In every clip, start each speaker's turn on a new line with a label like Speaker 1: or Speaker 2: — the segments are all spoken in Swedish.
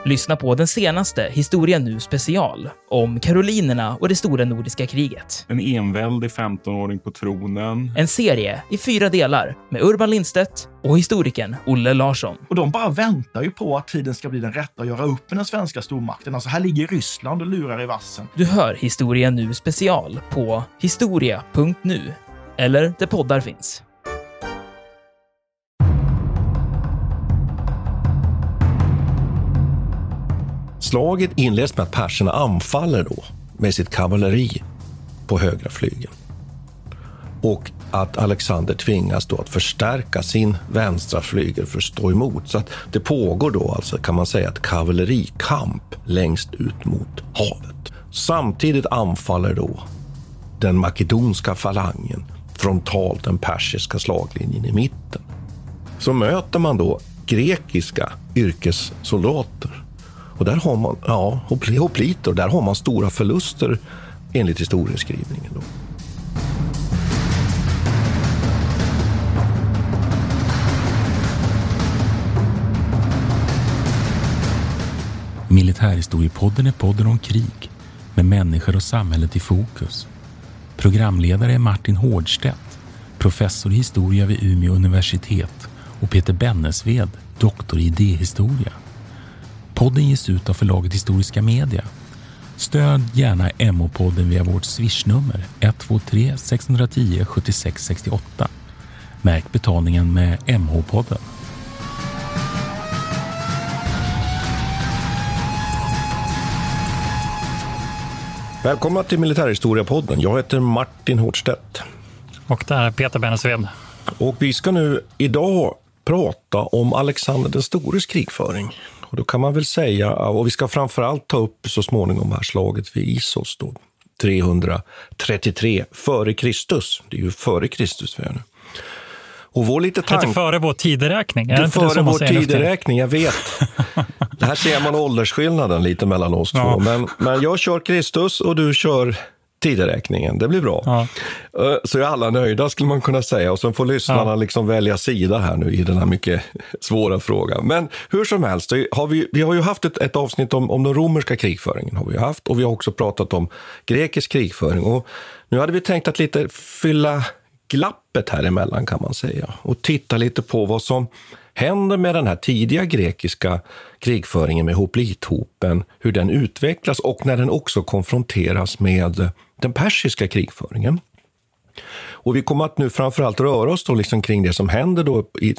Speaker 1: Lyssna på den senaste Historia Nu special om Karolinerna och det stora nordiska kriget.
Speaker 2: En enväldig 15-åring på tronen.
Speaker 1: En serie i 4 delar med Urban Lindstedt och historikern Olle Larsson.
Speaker 3: Och de bara väntar ju på att tiden ska bli den rätta att göra upp med den svenska stormakten. Alltså här ligger Ryssland och lurar i vassen.
Speaker 1: Du hör Historia Nu special på historia.nu eller där poddar finns.
Speaker 4: Slaget inleds med att perserna anfaller då med sitt kavalleri på högra flygeln. Och att Alexander tvingas då att förstärka sin vänstra flygel för att stå emot. Så att det pågår då alltså, kan man säga, ett kavallerikamp längst ut mot havet. Samtidigt anfaller då den makedonska falangen frontalt den persiska slaglinjen i mitten. Så möter man då grekiska yrkessoldater. Och där har man, hopliter, och där har man stora förluster enligt historieskrivningen då.
Speaker 5: Militärhistoriepodden är podden om krig med människor och samhället i fokus. Programledare är Martin Hårdstedt, professor i historia vid Umeå universitet, och Peter Bennesved, doktor i idéhistoria. Podden ges ut av förlaget Historiska Media. Stöd gärna MH-podden via vårt swishnummer 123 610 76 68. Märk betalningen med MH-podden.
Speaker 4: Välkomna till Militärhistoriepodden. Jag heter Martin Hårdstedt.
Speaker 6: Och det här är Peter Bennesved.
Speaker 4: Och vi ska nu idag prata om Alexander den stores krigföring. Och då kan man väl säga, och vi ska framförallt ta upp så småningom här slaget vid Issos då, 333 före Kristus. Det är ju före Kristus vi är nu. Och vår lite
Speaker 6: tanke... före vår tideräkning.
Speaker 4: Det är före vår tideräkning, jag vet. Det här ser man åldersskillnaden lite mellan oss två. Men jag kör Kristus och du kör tideräkningen. Det blir bra. Ja. Så är alla nöjda skulle man kunna säga. Och sen får lyssnarna liksom välja sida här nu i den här mycket svåra frågan. Men hur som helst, vi har ju haft ett avsnitt om den romerska krigföringen. Har vi haft, och vi har också pratat om grekisk krigföring. Och nu hade vi tänkt att lite fylla glappet här emellan, kan man säga. Och titta lite på vad som händer med den här tidiga grekiska krigföringen med hoplithopen, hur den utvecklas och när den också konfronteras med den persiska krigföringen. Och vi kommer att nu framförallt röra oss då liksom kring det som händer då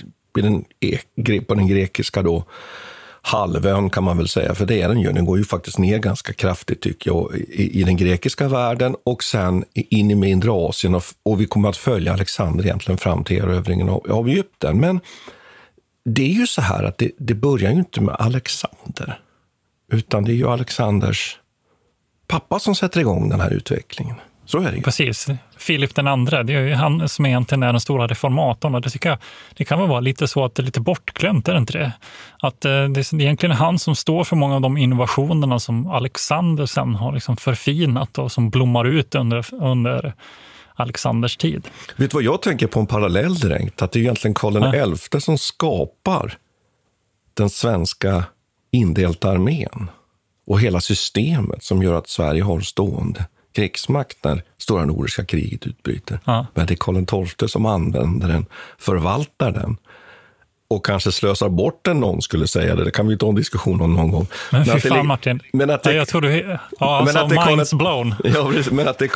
Speaker 4: på den grekiska då halvön, kan man väl säga, för det är den ju. Den går ju faktiskt ner ganska kraftigt, tycker jag, i den grekiska världen och sen in i mindre Asien, och vi kommer att följa Alexander egentligen fram till erövringen av Egypten. Men det är ju så här att det börjar ju inte med Alexander, utan det är ju Alexanders pappa som sätter igång den här utvecklingen. Så är det ju.
Speaker 6: Precis. Filip den andra, det är ju han som egentligen är den stora reformatorn, och det tycker jag, det kan väl vara lite så att det är lite bortglömt, är det inte det? Att det är egentligen han som står för många av de innovationerna som Alexander sen har liksom förfinat och som blommar ut under Alexanders tid.
Speaker 4: Vet du vad jag tänker på en parallell direkt? Att det är egentligen Karl XI som skapar den svenska indelta armén och hela systemet som gör att Sverige har stående krigsmakt när stora nordiska kriget utbryter. Ja. Men det är Karl XII som använder den, förvaltar den och kanske slösar bort den, någon skulle säga det. Det kan vi ta en diskussion om någon gång.
Speaker 6: Men fy fan, Martin. Men att det, jag tror du... Ja, alltså, mind's blown.
Speaker 4: Ja, men att det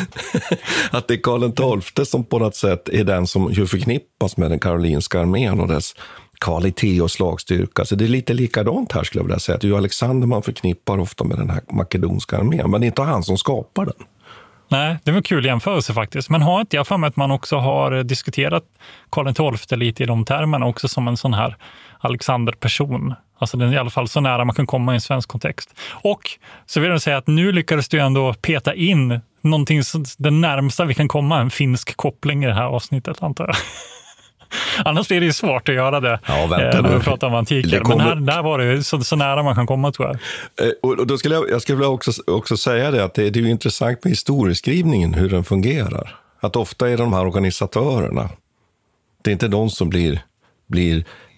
Speaker 4: är Karl XII som på något sätt är den som ju förknippas med den karolinska armén och dess kvalitet och slagstyrka. Så det är lite likadant här, skulle jag vilja säga. Att det är ju Alexander man förknippar ofta med den här makedonska armén, men det är inte han som skapar den.
Speaker 6: Nej, det var en kul jämförelse faktiskt. Men har inte jag för mig att man också har diskuterat Karl XII lite i de termerna också som en sån här Alexander-person. Alltså den är i alla fall så nära man kan komma i en svensk kontext. Och så vill jag säga att nu lyckades du ändå peta in någonting, det närmsta vi kan komma en finsk koppling i det här avsnittet, antar jag. Annars blir det ju svårt att göra det när vi pratar om antiken. Men där var det så nära man kan komma, tror jag.
Speaker 4: Och då jag skulle också säga det, att det är ju intressant med historieskrivningen, hur den fungerar. Att ofta är de här organisatörerna, det är inte de som blir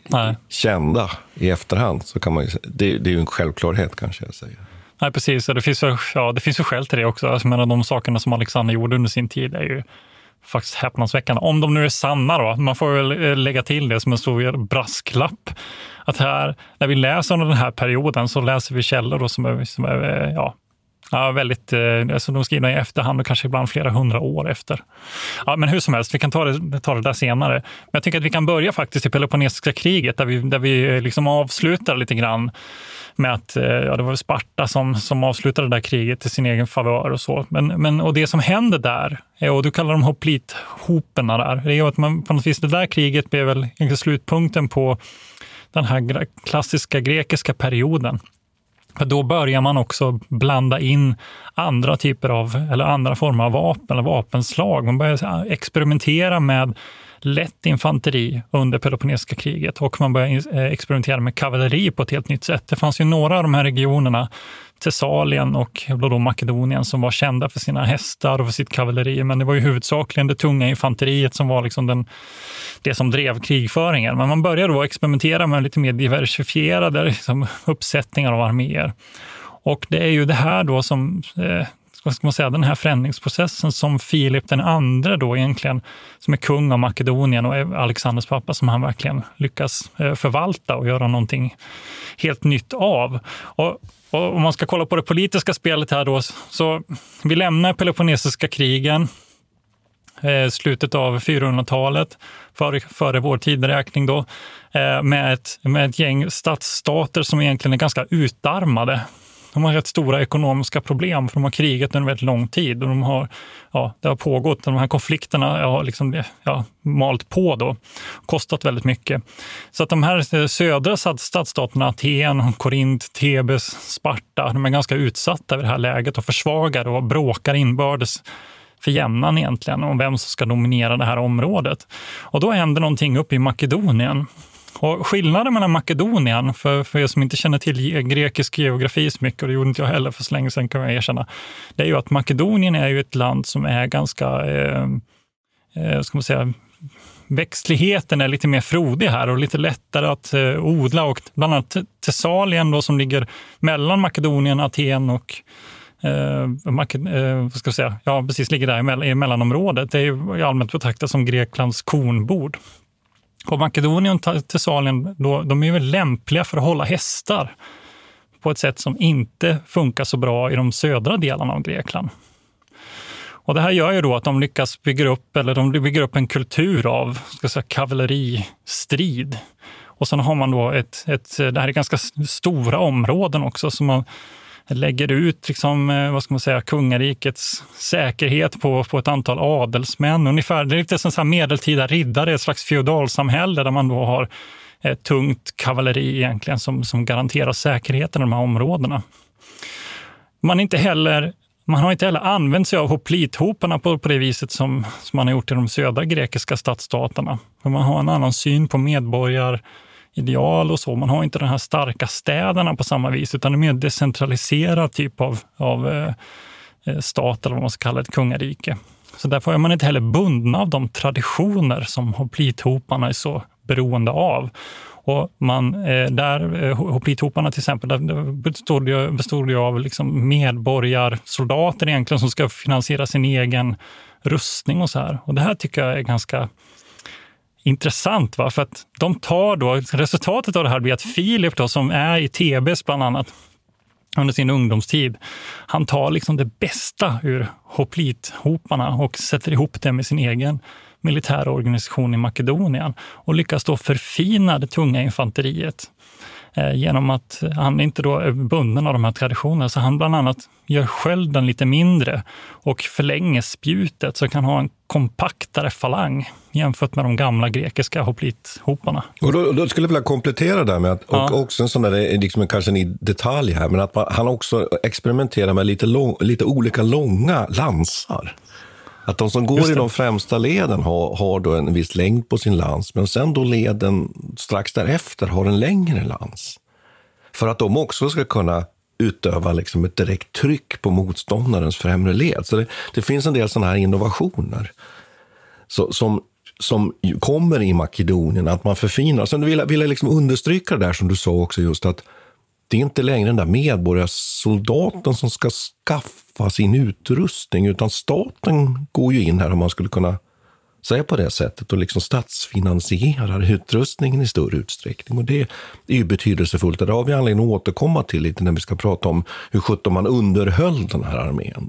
Speaker 4: kända i efterhand, så kan man ju, det är ju en självklarhet kanske jag säger.
Speaker 6: Nej, precis. Det finns ju skäl till det också. Alltså, de sakerna som Alexander gjorde under sin tid är ju faktiskt häpnadsväckande. Om de nu är sanna då. Man får väl lägga till det som en stor brasklapp. Att här, när vi läser om den här perioden så läser vi källor då som är väldigt, alltså de skrivna i efterhand och kanske ibland flera 100 år efter. Ja, men hur som helst, vi kan ta det där senare. Men jag tycker att vi kan börja faktiskt i Peloponnesiska kriget där vi liksom avslutar lite grann med att det var Sparta som avslutade det där kriget till sin egen favör och så. Och det som händer där, och du kallar dem hoplithoperna där, det är att man på något vis, det där kriget blev väl egentligen slutpunkten på den här klassiska grekiska perioden. För då börjar man också blanda in andra former av vapen eller vapenslag. Man börjar experimentera med lätt infanteri under Peloponnesiska kriget och man börjar experimentera med kavalleri på ett helt nytt sätt. Det fanns ju några av de här regionerna, Thessalien och då Makedonien, som var kända för sina hästar och för sitt kavalleri, men det var ju huvudsakligen det tunga infanteriet som var liksom det som drev krigföringen. Men man började då experimentera med lite mer diversifierade liksom, uppsättningar av arméer. Och det är ju det här då som vad ska man säga, den här förändringsprocessen som Filip den andre då egentligen, som är kung av Makedonien och är Alexanders pappa, som han verkligen lyckas förvalta och göra någonting helt nytt av. Och om man ska kolla på det politiska spelet här då, så vi lämnar Peloponnesiska krigen slutet av 400-talet före vår tideräkning då, med ett gäng stadsstater som egentligen är ganska utarmade. De har rätt stora ekonomiska problem för de har krigat under väldigt lång tid och det har pågått, de här konflikterna har liksom malt på då, kostat väldigt mycket. Så att de här södra stadsstaterna, Aten, Korint, Thebes, Sparta, de är ganska utsatta vid det här läget och försvagar och bråkar inbördes för jämnan egentligen om vem som ska dominera det här området. Och då händer någonting uppe i Makedonien. Och skillnaden mellan Makedonien, för er som inte känner till grekisk geografi så mycket, och det gjorde inte jag heller för så länge sedan kan jag erkänna, det är ju att Makedonien är ju ett land som är ganska, ska man säga, växtligheten är lite mer frodig här och lite lättare att odla, och bland annat Thessalien då, som ligger mellan Makedonien, Aten och vad ska jag säga? Ja, precis, ligger där i mellanområdet. Det är ju allmänt betraktat som Greklands kornbord. Och Makedonien och Thessalien, de är ju lämpliga för att hålla hästar på ett sätt som inte funkar så bra i de södra delarna av Grekland. Och det här gör ju då att de lyckas bygga upp en kultur av, ska jag säga, kavalleristrid. Och sen har man då det här är ganska stora områden också som man lägger ut liksom, vad ska man säga, kungarikets säkerhet på ett antal adelsmän. Ungefär, det är lite som medeltida riddare, ett slags feodalsamhälle där man då har ett tungt kavalleri egentligen som garanterar säkerheten i de här områdena. Man har inte heller använt sig av hoplithoparna på det viset som man har gjort i de södra grekiska stadsstaterna. För man har en annan syn på medborgarideal och så. Man har inte de här starka städerna på samma vis, utan en mer decentraliserad typ av stat, eller vad man ska kalla ett kungarike. Så därför är man inte heller bunden av de traditioner som hoplithoparna är så beroende av. Och hoplithoparna till exempel, bestod ju av liksom medborgarsoldater egentligen som ska finansiera sin egen rustning och så här. Och det här tycker jag är ganska intressant, va? För att de tar då, resultatet av det här blir att Filip då, som är i Thebes bland annat under sin ungdomstid, han tar liksom det bästa ur hoplithoparna och sätter ihop det med sin egen militära organisation i Makedonien och lyckas då förfina det tunga infanteriet genom att han inte då är bunden av de här traditionerna, så han bland annat gör skölden lite mindre och förlänger spjutet så kan ha en kompaktare falang jämfört med de gamla grekiska hoplithoparna. Och
Speaker 4: då skulle jag vilja komplettera där med att, och också en sån där, liksom kanske en detalj här, men att han också experimenterar med lite olika långa lansar. Att de som går i de främsta leden har då en viss längd på sin lans, men sen då leden strax därefter har en längre lans. För att de också ska kunna utöva liksom ett direkt tryck på motståndarens främre led. Så det finns en del sådana här innovationer som som kommer i Makedonien, att man förfinar. Sen vill jag liksom understryka det där som du sa också, just att det är inte längre den där medborgarsoldaten som ska skaffa sin utrustning, utan staten går ju in här, om man skulle kunna säga på det sättet, och liksom statsfinansierar utrustningen i större utsträckning. Och det är ju betydelsefullt. Det har vi anledning att återkomma till lite när vi ska prata om hur sjutton man underhöll den här armén.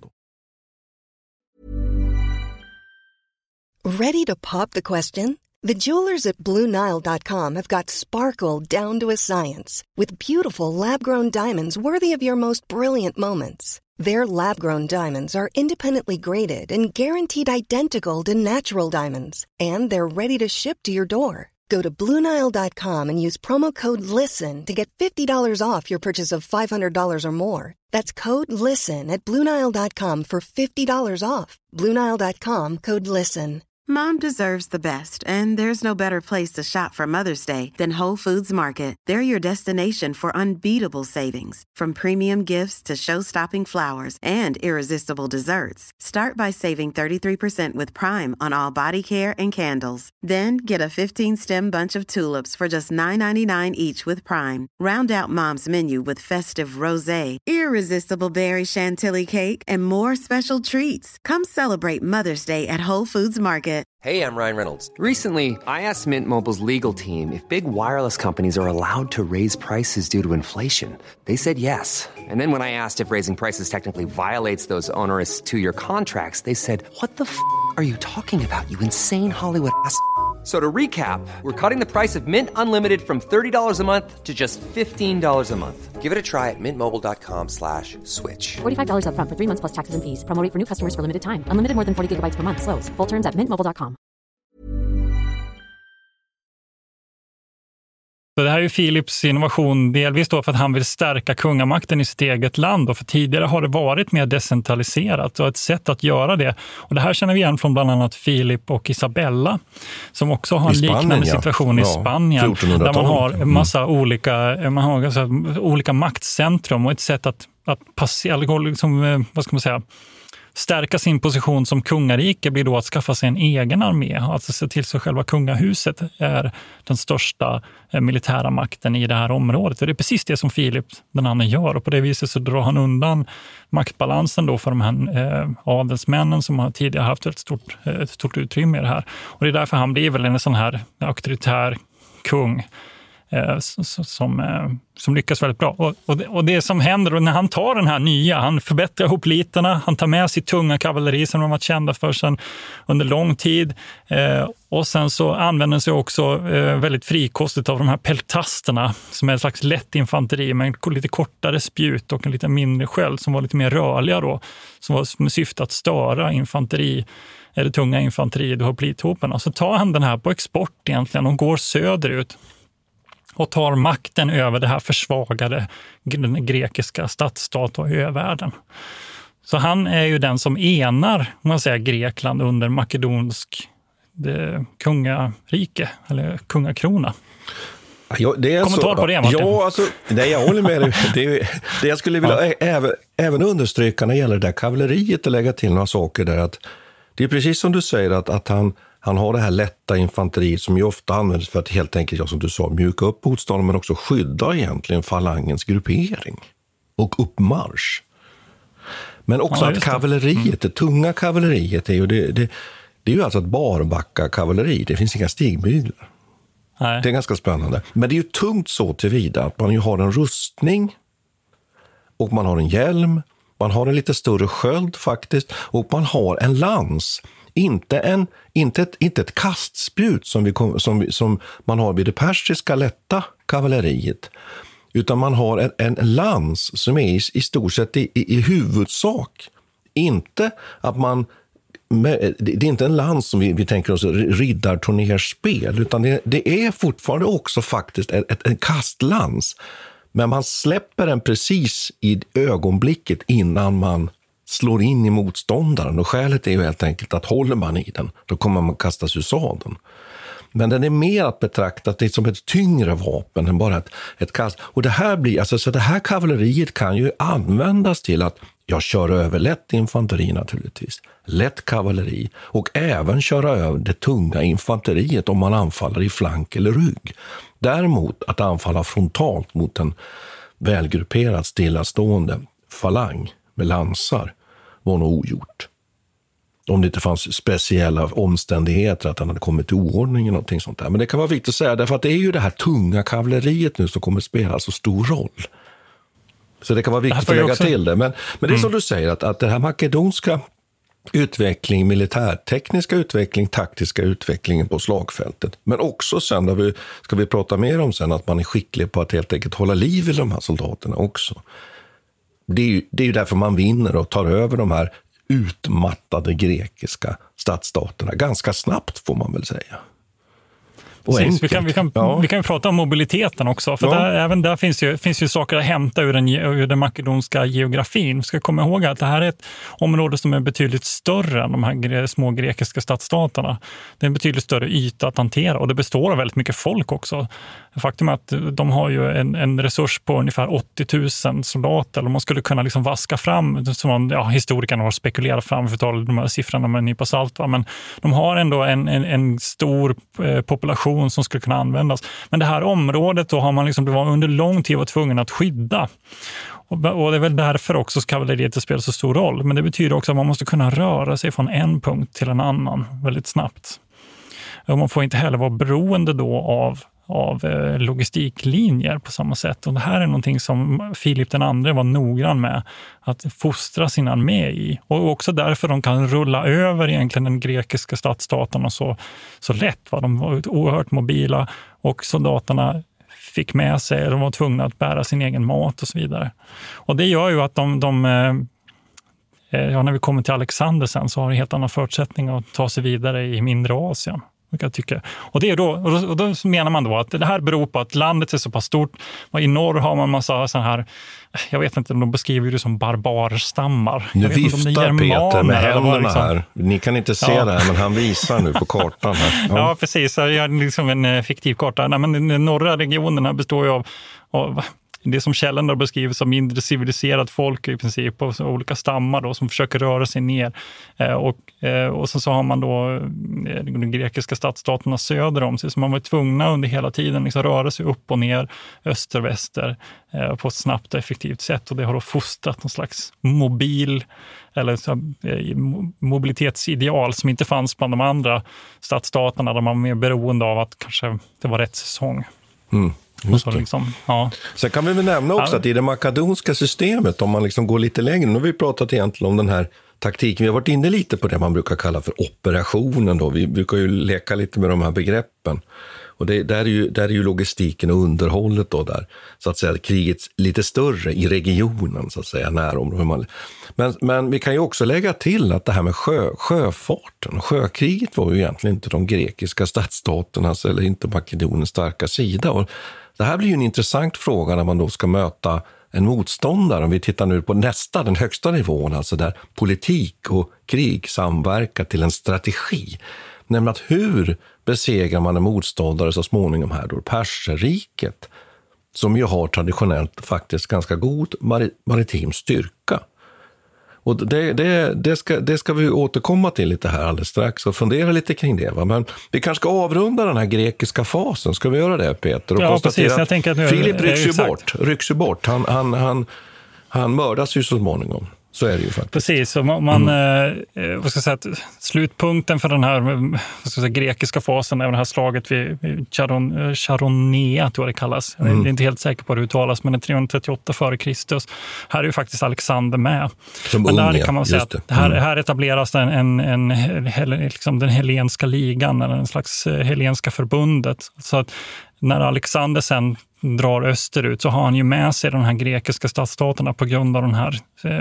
Speaker 7: Ready to pop the question? The jewelers at BlueNile.com have got sparkle down to a science with beautiful lab-grown diamonds worthy of your most brilliant moments. Their lab-grown diamonds are independently graded and guaranteed identical to natural diamonds, and they're ready to ship to your door. Go to BlueNile.com and use promo code LISTEN to get $50 off your purchase of $500 or more. That's code LISTEN at BlueNile.com for $50 off. BlueNile.com, code LISTEN.
Speaker 8: Mom deserves the best, and there's no better place to shop for Mother's Day than Whole Foods Market. They're your destination for unbeatable savings, from premium gifts to show-stopping flowers and irresistible desserts. Start by saving 33% with Prime on all body care and candles. Then get a 15-stem bunch of tulips for just $9.99 each with Prime. Round out Mom's menu with festive rosé, irresistible berry chantilly cake, and more special treats. Come celebrate Mother's Day at Whole Foods Market.
Speaker 9: Hey, I'm Ryan Reynolds. Recently, I asked Mint Mobile's legal team if big wireless companies are allowed to raise prices due to inflation. They said yes. And then when I asked if raising prices technically violates those onerous 2-year contracts, they said, "What the f*** are you talking about, you insane Hollywood ass?" So to recap, we're cutting the price of Mint Unlimited from $30 a month to just $15 a month. Give it a try at mintmobile.com/switch.
Speaker 10: $45 up front for 3 months plus taxes and fees. Promo rate for new customers for limited time. Unlimited more than 40 gigabytes per month. Slows full terms at mintmobile.com.
Speaker 6: Så det här är ju Philips innovation, delvis då för att han vill stärka kungamakten i sitt eget land. Och för tidigare har det varit mer decentraliserat och ett sätt att göra det. Och det här känner vi igen från bland annat Philip och Isabella, som också har en liknande situation i Spanien. Där man har en massa olika maktcentrum och ett sätt att passera, liksom, vad ska man säga, stärka sin position som kungarike blir då att skaffa sig en egen armé. Alltså se till så själva kungahuset är den största militära makten i det här området. Och det är precis det som Filip den andra gör. Och på det viset så drar han undan maktbalansen då för de här adelsmännen som har tidigare haft ett stort utrymme i det här. Och det är därför han blir väl en sån här auktoritär kung som lyckas väldigt bra. Och det som händer när han tar den här nya, han förbättrar hopliterna, han tar med sitt tunga kavalleri som de har varit kända för sedan under lång tid. Och sen så använder sig också väldigt frikostigt av de här peltasterna som är ett slags lätt infanteri med en lite kortare spjut och en lite mindre sköld som var lite mer rörliga då, som var med syfte att störa infanteri eller tunga infanteri och hoplithopen. Så tar han den här på export egentligen och går söderut och tar makten över det här försvagade grekiska stadsstat och övärlden. Så han är ju den som enar, om man säger, Grekland under makedonsk kungarike eller kungakrona.
Speaker 4: Ja, det är
Speaker 6: kommentar på det, Martin?
Speaker 4: Ja, alltså, nej, jag håller med dig. Det jag skulle vilja även understryka när det gäller det där kavalleriet och lägga till några saker där, att det är precis som du säger att han har det här lätta infanteriet som ju ofta används för att helt enkelt, som du sa, mjuka upp motståndaren men också skydda egentligen falangens gruppering och uppmarsch. Men också att kavalleriet, det tunga kavalleriet är ju det är ju alltså ett barbacka kavalleri. Det finns inga stigbyglar. Nej. Det är ganska spännande. Men det är ju tungt så tillvida att man ju har en rustning och man har en hjälm, man har en lite större sköld faktiskt och man har en lans. Inte ett kastspjut som man har vid det persiska lätta kavalleriet, utan man har en lans som är i stort sett i huvudsak. Inte att det är inte en lans som vi tänker oss riddarturnerspel, utan det är fortfarande också faktiskt en kastlans. Men man släpper den precis i ögonblicket innan man slår in i motståndaren, och skälet är ju helt enkelt att håller man i den, då kommer man kastas ur sadeln. Men den är mer att betrakta det som ett tyngre vapen än bara ett kast. Och det här blir, alltså, så det här kavalleriet kan ju användas till att Ja, köra över lätt infanteri naturligtvis, lätt kavalleri och även köra över det tunga infanteriet om man anfaller i flank eller rygg. Däremot att anfalla frontalt mot en välgrupperad stillastående falang med lansar var nog ogjort. Om det inte fanns speciella omständigheter att han hade kommit till oordning eller någonting sånt där. Men det kan vara viktigt att säga därför att det är ju det här tunga kavalleriet nu som kommer att spela så stor roll. Så det kan vara viktigt att lägga till det. Men det är som du säger att det här makedonska utveckling, militärtekniska utveckling, taktiska utvecklingen på slagfältet. Men också sen, ska vi prata mer om sen, att man är skicklig på att helt enkelt hålla liv i de här soldaterna också. Det är ju därför man vinner och tar över de här utmattade grekiska stadsstaterna ganska snabbt, får man väl säga.
Speaker 6: Precis, vi kan ju prata om mobiliteten också, för även där finns ju saker att hämta ur den makedonska geografin. Vi ska komma ihåg att det här är ett område som är betydligt större än de här små grekiska stadsstaterna. Det är en betydligt större yta att hantera och det består av väldigt mycket folk också. Faktum är att de har ju en resurs på ungefär 80 000 soldater och man skulle kunna liksom vaska fram, som historikerna har spekulerat fram för att ta de här siffrorna med en nypa salt, men de har ändå en stor population som skulle kunna användas. Men det här området då har man liksom under lång tid varit tvungen att skydda. Och det är väl därför också kavalleriet spelar så stor roll. Men det betyder också att man måste kunna röra sig från en punkt till en annan väldigt snabbt. Och man får inte heller vara beroende då av logistiklinjer på samma sätt. Och det här är någonting som Filip den andre var noggrann med att fostra sin armé i. Och också därför de kan rulla över egentligen den grekiska stadsstaterna så lätt. De var oerhört mobila och soldaterna fick med sig, de var tvungna att bära sin egen mat och så vidare. Och det gör ju att när vi kommer till Alexander sen så har det helt andra förutsättningar att ta sig vidare i mindre Asien. Jag tycker. Och då menar man då att det här beror på att landet är så pass stort. I norr har man massa sån här, jag vet inte om de beskriver det som barbarstammar.
Speaker 4: Nu viftar Peter med händerna liksom här. Ni kan inte se det här, men han visar nu på kartan här.
Speaker 6: Ja, precis. Jag har liksom en fiktiv karta. Nej, men den norra regionen består ju av det som källan då beskriver som mindre civiliserat folk i princip, och olika stammar då som försöker röra sig ner. Och sen så har man då de grekiska stadsstaterna söder om sig, så man var tvungna under hela tiden liksom röra sig upp och ner, öster och väster på ett snabbt och effektivt sätt. Och det har då fostrat någon slags mobilitetsideal som inte fanns bland de andra stadsstaterna, där man var mer beroende av att kanske det var rätt säsong.
Speaker 4: Just det.
Speaker 6: Liksom,
Speaker 4: Sen kan vi väl nämna också att i det makedonska systemet, om man liksom går lite längre, nu har vi pratat egentligen om den här taktiken, vi har varit inne lite på det man brukar kalla för operationen då, vi brukar ju leka lite med de här begreppen. Och där är ju logistiken och underhållet då där, så att säga, krigets lite större i regionen, så att säga, närområdet. Men vi kan ju också lägga till att det här med sjöfarten, sjökriget var ju egentligen inte de grekiska stadsstaternas eller inte Makedoniens starka sida. Och det här blir ju en intressant fråga när man då ska möta en motståndare. Om vi tittar nu på den högsta nivån, alltså där politik och krig samverkar till en strategi. Nämligen att hur besegrar man en motståndare så småningom här då? Perserriket, som ju har traditionellt faktiskt ganska god maritim styrka. Och det ska vi återkomma till lite här alldeles strax och fundera lite kring det. Va? Men vi kanske ska avrunda den här grekiska fasen. Ska vi göra det, Peter? Och konstatera
Speaker 6: precis. Jag tänker att
Speaker 4: Filip rycks ju bort. Han mördas ju så småningom. Så är det ju faktiskt.
Speaker 6: Precis, och vad ska jag säga, att slutpunkten för den här grekiska fasen är det här slaget vid Charonea, tror jag det kallas. Jag är inte helt säker på hur det uttalas, men det är 338 före Kristus. Här är ju faktiskt Alexander med. Men där kan man säga att här etableras liksom den helenska ligan, eller en slags helenska förbundet. Så att när Alexander sen drar österut så har han ju med sig de här grekiska stadsstaterna på grund av den här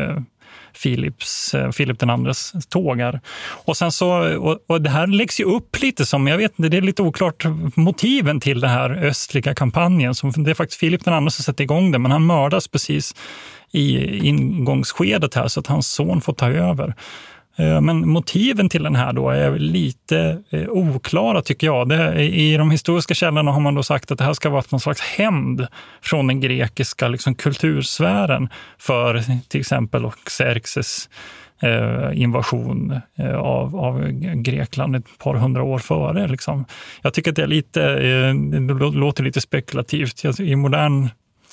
Speaker 6: Filip den andres tågar. Och sen så, och det här läggs ju upp lite som, jag vet inte, det är lite oklart motiven till den här östliga kampanjen. Det är faktiskt Filip den andra som sätter igång det, men han mördas precis i ingångsskedet här så att hans son får ta över. Men motiven till den här då är lite oklara tycker jag. I de historiska källorna har man då sagt att det här ska vara någon slags hämnd från den grekiska liksom, kultursfären för till exempel Xerxes invasion av Grekland ett par hundra år före. Liksom. Jag tycker att det låter lite spekulativt. I modern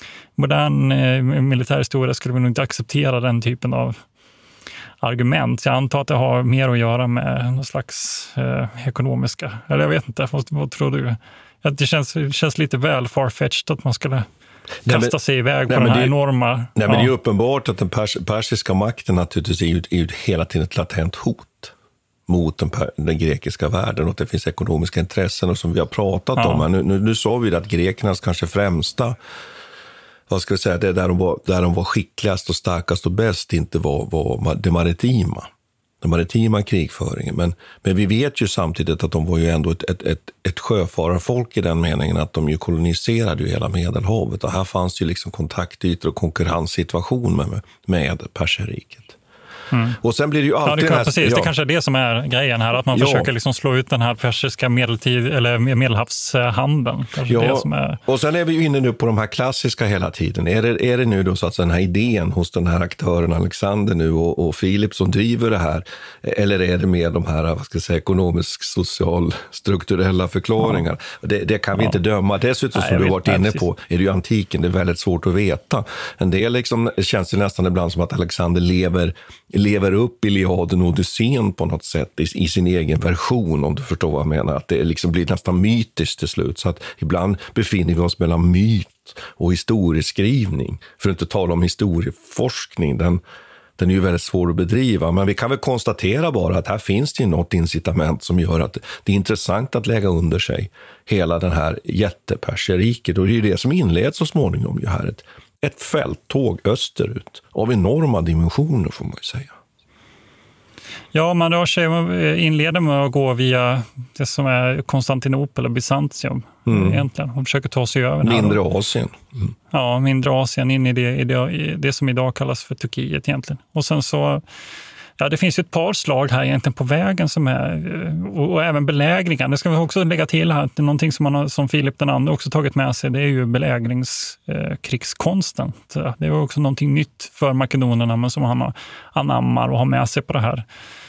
Speaker 6: militärhistoria skulle vi nog inte acceptera den typen av argument. Jag antar att det har mer att göra med någon slags ekonomiska, eller jag vet inte, vad tror du? Det känns lite väl farfetched att man skulle kasta sig iväg på den här enorma...
Speaker 4: Nej, men det är ju uppenbart att den persiska makten naturligtvis är hela tiden ett latent hot mot den grekiska världen, och att det finns ekonomiska intressen och som vi har pratat om. Nu sa vi att grekernas kanske främsta, vad ska jag säga, det där de var skickligast och starkast och bäst inte var det maritima. Den maritima krigföringen. Men vi vet ju samtidigt att de var ju ändå ett sjöfararfolk i den meningen att de ju koloniserade ju hela Medelhavet. Och här fanns ju liksom kontaktytor och konkurrenssituation med Perserriket. Och sen blir det ju alltid
Speaker 6: det kanske är det som är grejen här, att man försöker liksom slå ut den här persiska medelhavshandeln.
Speaker 4: Och sen är vi ju inne nu på de här klassiska hela tiden. Är det nu då så att den här idén hos den här aktören Alexander nu och Filip som driver det här, eller är det mer de här, vad ska jag säga, ekonomisk, social, strukturella förklaringar? Det kan vi inte döma. Dessutom som du har varit inne på är det ju antiken, det är väldigt svårt att veta. En del liksom känns det nästan ibland som att Alexander lever upp Iliaden och Odysseen på något sätt i sin egen version, om du förstår vad jag menar. Att det liksom blir nästan mytiskt till slut. Så att ibland befinner vi oss mellan myt och historieskrivning. För att inte tala om historieforskning. Den är ju väldigt svår att bedriva. Men vi kan väl konstatera bara att här finns det ju något incitament som gör att det är intressant att lägga under sig hela den här jätteperserriket. Och det är ju det som inleds så småningom ju här. Ett fälttåg österut av enorma dimensioner får man ju säga.
Speaker 6: Ja, man inleder med att gå via det som är Konstantinopel och Byzantium egentligen. Och försöker ta sig över
Speaker 4: mindre Asien.
Speaker 6: Ja, mindre Asien in i det som idag kallas för Turkiet egentligen. Och sen så... Ja, det finns ju ett par slag här egentligen på vägen som är, och även belägringar. Det ska vi också lägga till här. Det är någonting som Filip den andre också tagit med sig. Det är ju belägringskrigskonsten. Det är också någonting nytt för makedonerna, men som han anammar och har med sig på det här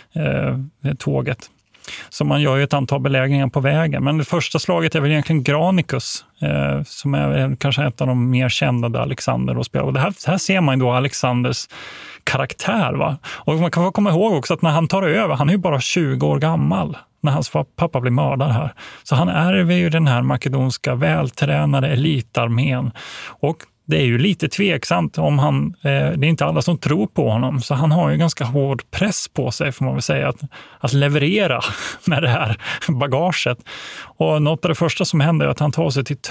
Speaker 6: tåget. Så man gör ju ett antal belägringar på vägen. Men det första slaget är väl egentligen Granicus, som är kanske ett av de mer kända där Alexander och spelar. Och det här ser man ju då Alexanders karaktär, va? Och man kan komma ihåg också att när han tar över, han är ju bara 20 år gammal när hans pappa blir mördad här. Så han ärver ju den här makedonska vältränade elitarmén. Och det är ju lite tveksamt om han, det är inte alla som tror på honom, så han har ju ganska hård press på sig, får man väl säga, att leverera med det här bagaget. Och något av det första som händer är att han tar sig till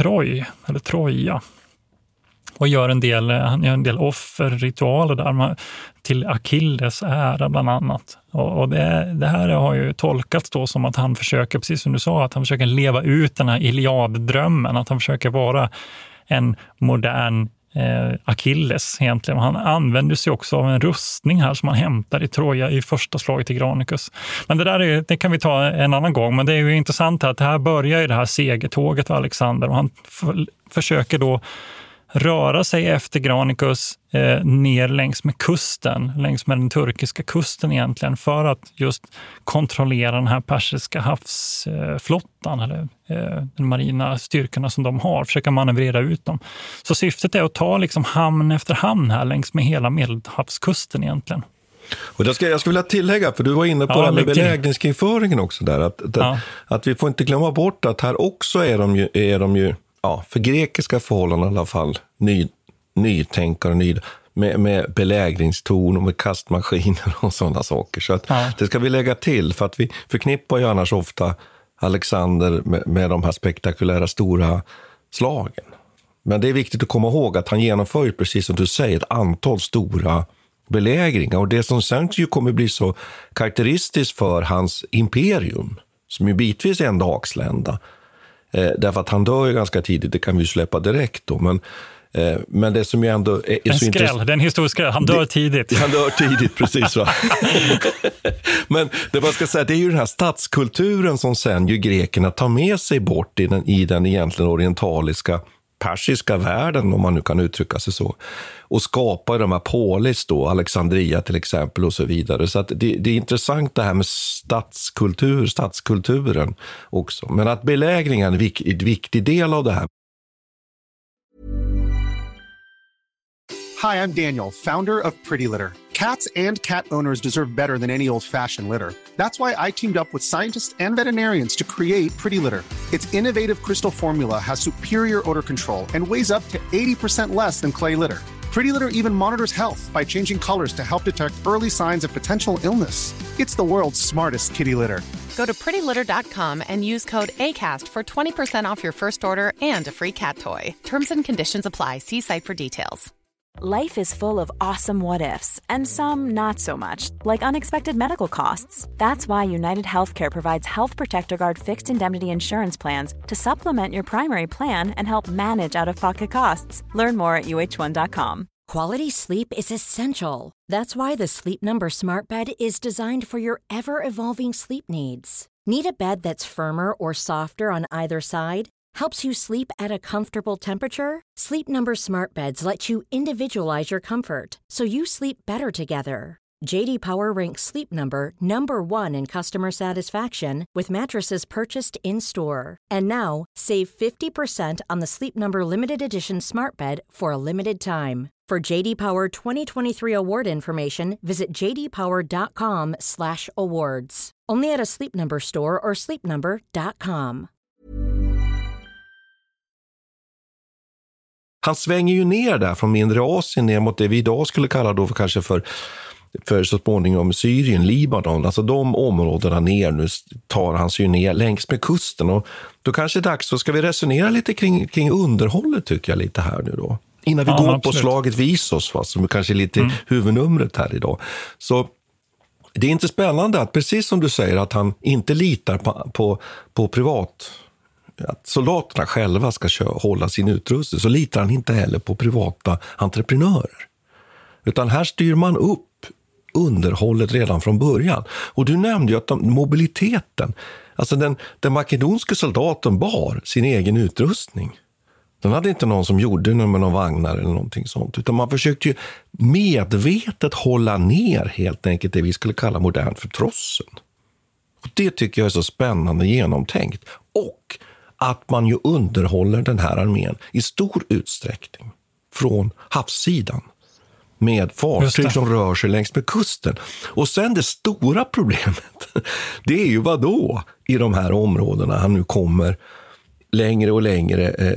Speaker 6: Troja och gör en del offerritualer där till Achilles ära bland annat. Och det här har ju tolkats då som att han försöker, precis som du sa, att han försöker leva ut den här Iliad-drömmen, att han försöker vara en modern Achilles egentligen. Han använder sig också av en rustning här som han hämtar i Troja i första slaget i Granicus. Men det kan vi ta en annan gång, men det är ju intressant att här börjar ju det här segertåget av Alexander, och han försöker då röra sig efter Granicus ner längs med kusten, längs med den turkiska kusten egentligen, för att just kontrollera den här persiska havsflottan eller den marina styrkorna som de har, försöka manövrera ut dem. Så syftet är att ta liksom hamn efter hamn här längs med hela Medelhavskusten egentligen.
Speaker 4: Och jag skulle vilja tillägga, för du var inne på det här med belägringskrigföringen också där, att vi får inte glömma bort att här också är de ju för grekiska förhållanden i alla fall, nytänkare, med belägringstorn och med kastmaskiner och sådana saker. Så att det ska vi lägga till, för att vi förknippar ju annars ofta Alexander med de här spektakulära stora slagen. Men det är viktigt att komma ihåg att han genomför ju, precis som du säger, ett antal stora belägringar. Och det som sen ju kommer bli så karaktäristiskt för hans imperium, som ju bitvis är en dagslända, därför att han dör ju ganska tidigt, det kan vi ju släppa direkt då, men Men det som ju ändå är
Speaker 6: en
Speaker 4: så
Speaker 6: skräll, det är en historisk skräll. Han dör tidigt.
Speaker 4: Han dör tidigt, precis va. Men det man ska säga, det är ju den här stadskulturen som sen ju grekerna tar med sig bort i den egentligen orientaliska persiska världen, om man nu kan uttrycka sig så, och skapar de här polis då, Alexandria till exempel och så vidare. Så att det är intressant det här med stadskulturen också. Men att belägringen är en viktig del av det här.
Speaker 11: Hi, I'm Daniel, founder of Pretty Litter. Cats and cat owners deserve better than any old-fashioned litter. That's why I teamed up with scientists and veterinarians to create Pretty Litter. Its innovative crystal formula has superior odor control and weighs up to 80% less than clay litter. Pretty Litter even monitors health by changing colors to help detect early signs of potential illness. It's the world's smartest kitty litter.
Speaker 12: Go to prettylitter.com and use code ACAST for 20% off your first order and a free cat toy. Terms and conditions apply. See site for details.
Speaker 13: Life is full of awesome what-ifs, and some not so much, like unexpected medical costs. That's why United Healthcare provides Health Protector Guard fixed indemnity insurance plans to supplement your primary plan and help manage out-of-pocket costs. Learn more at uh1.com.
Speaker 14: Quality sleep is essential. That's why the Sleep Number Smart Bed is designed for your ever-evolving sleep needs. Need a bed that's firmer or softer on either side? Helps you sleep at a comfortable temperature? Sleep Number Smart Beds let you individualize your comfort, so you sleep better together. J.D. Power ranks Sleep Number #1 in customer satisfaction with mattresses purchased in-store. And now, save 50% on the Sleep Number Limited Edition Smart Bed for a limited time. For J.D. Power 2023 award information, visit jdpower.com/awards. Only at a Sleep Number store or sleepnumber.com.
Speaker 4: Han svänger ju ner där från mindre Asien ner mot det vi idag skulle kalla då kanske för så småningom Syrien, Libanon. Alltså de områdena ner nu tar han sig ju ner längs med kusten. Och då kanske det är dags, så ska vi resonera lite kring underhållet tycker jag lite här nu då. Innan vi går på slaget Visos, som kanske är lite huvudnumret här idag. Så det är inte spännande att precis som du säger att han inte litar på privat, att soldaterna själva ska hålla sin utrustning, så litar han inte heller på privata entreprenörer. Utan här styr man upp underhållet redan från början. Och du nämnde ju att mobiliteten, alltså den makedonska soldaten bar sin egen utrustning. Den hade inte någon som gjorde med någon vagnar eller någonting sånt. Utan man försökte ju medvetet hålla ner helt enkelt det vi skulle kalla modern förtrossen. Och det tycker jag är så spännande genomtänkt. Och att man ju underhåller den här armén i stor utsträckning från havssidan med fartyg som rör sig längs med kusten. Och sen det stora problemet, det är ju vad då i de här områdena han nu kommer längre och längre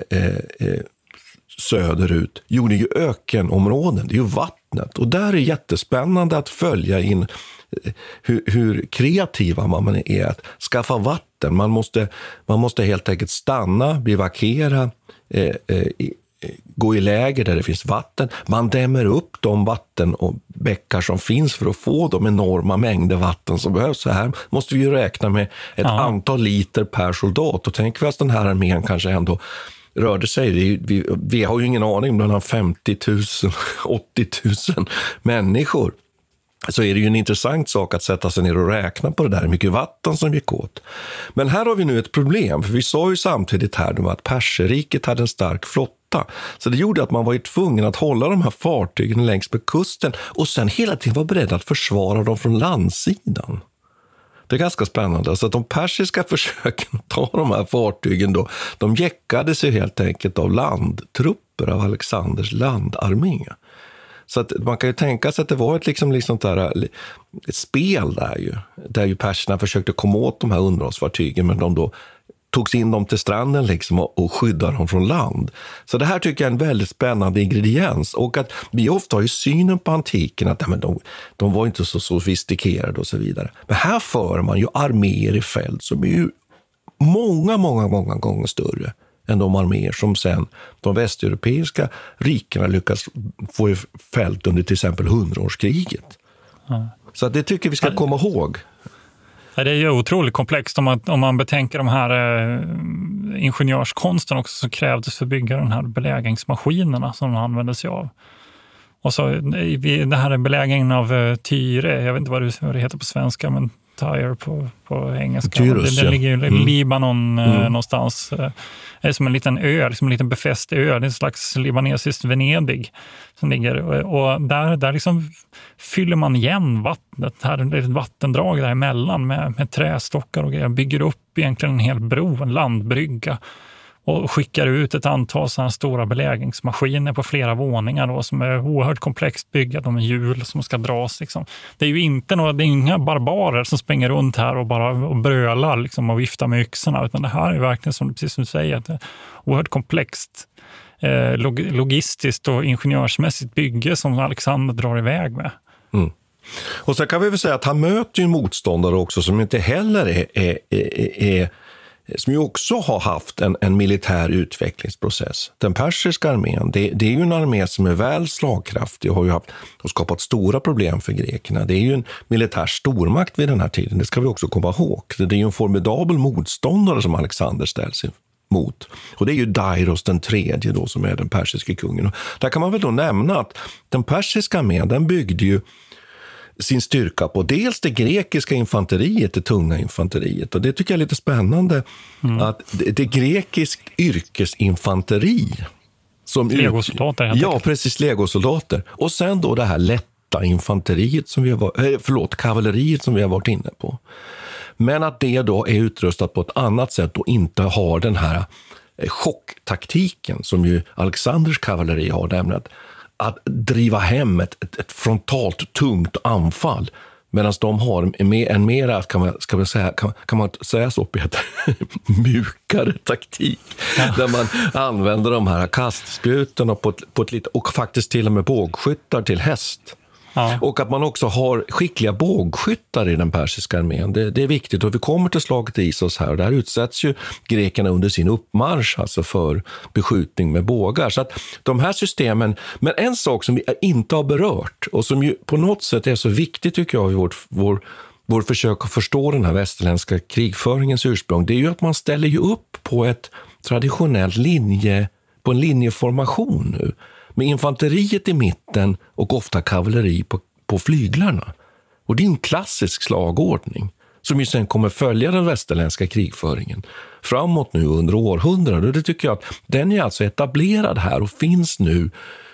Speaker 4: söderut. Jo, det är ju ökenområden, det är ju vattnet. Och där är jättespännande att följa in hur kreativa man är att skaffa vatten. Man måste helt enkelt stanna, bivakera, gå i läger där det finns vatten. Man dämmer upp de vatten och bäckar som finns för att få de enorma mängder vatten som behövs. Så här måste vi ju räkna med ett antal liter per soldat. Och tänk att den här armén kanske ändå rörde sig. Vi har ju ingen aning, bland 50 000, 80 000 människor. Så är det ju en intressant sak att sätta sig ner och räkna på det där, hur mycket vatten som gick åt. Men här har vi nu ett problem, för vi sa ju samtidigt här då att Perserriket hade en stark flotta. Så det gjorde att man var ju tvungen att hålla de här fartygen längs med kusten och sen hela tiden var beredd att försvara dem från landsidan. Det är ganska spännande. Alltså att de persiska försöken att ta de här fartygen då, de jäckade sig helt enkelt av landtrupper, av Alexanders landarmé. Så att man kan ju tänka sig att det var ett spel där ju perserna försökte komma åt de här underhållsfartygen, men de då togs in dem till stranden liksom och skyddade dem från land. Så det här tycker jag är en väldigt spännande ingrediens, och att vi ofta har ju synen på antiken att de var inte så sofistikerade och så vidare. Men här för man ju arméer i fält som är ju många gånger större än de arméer som sen de västeuropeiska rikena lyckas få i fält under till exempel 100-årskriget. Så det tycker vi ska komma ihåg.
Speaker 6: Ja, det är ju otroligt komplext. Om man betänker de här ingenjörskonsten också som krävdes för att bygga de här belägringsmaskinerna som de använde sig av. Och så det här är belägringen av Tyre, jag vet inte vad det heter på svenska, men Tyre på engelska.
Speaker 4: Tyrus,
Speaker 6: det ligger i Libanon någonstans. Det är som en liten ö, liksom en liten befäst ö. Det är en slags libanesiskt Venedig som ligger. Och där liksom fyller man igen vattnet. Här är ett vattendrag däremellan med trästockar och grejer. Bygger upp egentligen en hel bro, en landbrygga. Och skickar ut ett antal sådana stora belägringsmaskiner på flera våningar då, som är oerhört komplext byggda. De är hjul som ska dras. Liksom. Det är ju inte det är inga barbarer som springer runt här och bara brölar liksom, och viftar med yxorna. Utan det här är verkligen, precis som du säger, ett oerhört komplext logistiskt och ingenjörsmässigt bygge som Alexander drar iväg med.
Speaker 4: Mm. Och så kan vi väl säga att han möter ju motståndare också som inte heller är som ju också har haft en militär utvecklingsprocess. Den persiska armén, det är ju en armé som är väl slagkraftig och har skapat stora problem för grekerna. Det är ju en militär stormakt vid den här tiden, det ska vi också komma ihåg. Det är ju en formidabel motståndare som Alexander ställs mot. Och det är ju Dairos den tredje då som är den persiska kungen. Och där kan man väl då nämna att den persiska armén, den byggde ju sin styrka på dels det grekiska infanteriet, det tunga infanteriet. Och det tycker jag är lite spännande att det är grekisk yrkesinfanteri.
Speaker 6: Legosoldater.
Speaker 4: Ja, precis, legosoldater. Och sen då det här lätta infanteriet som kavalleriet som vi har varit inne på. Men att det då är utrustat på ett annat sätt och inte har den här chocktaktiken som ju Alexanders kavalleri har, nämligen att driva hem ett frontalt tungt anfall, medan de har en mera, kan man säga så, Peter, mjukare taktik, där man använder de här kastspjuten och faktiskt till och med bågskyttar till häst. Ja. Och att man också har skickliga bågskyttar i den persiska armén. Det är viktigt, och vi kommer till slaget i Issos här, och där utsätts ju grekerna under sin uppmarsch alltså för beskjutning med bågar. Så att de här systemen, men en sak som vi inte har berört och som ju på något sätt är så viktigt tycker jag i vår försök att förstå den här västerländska krigföringens ursprung, det är ju att man ställer ju upp på ett traditionellt på en linjeformation nu. Med infanteriet i mitten och ofta kavalleri på flyglarna. Och det är en klassisk slagordning som ju sen kommer följa den västerländska krigföringen framåt nu under århundraden. Och det tycker jag att den är alltså etablerad här och finns nu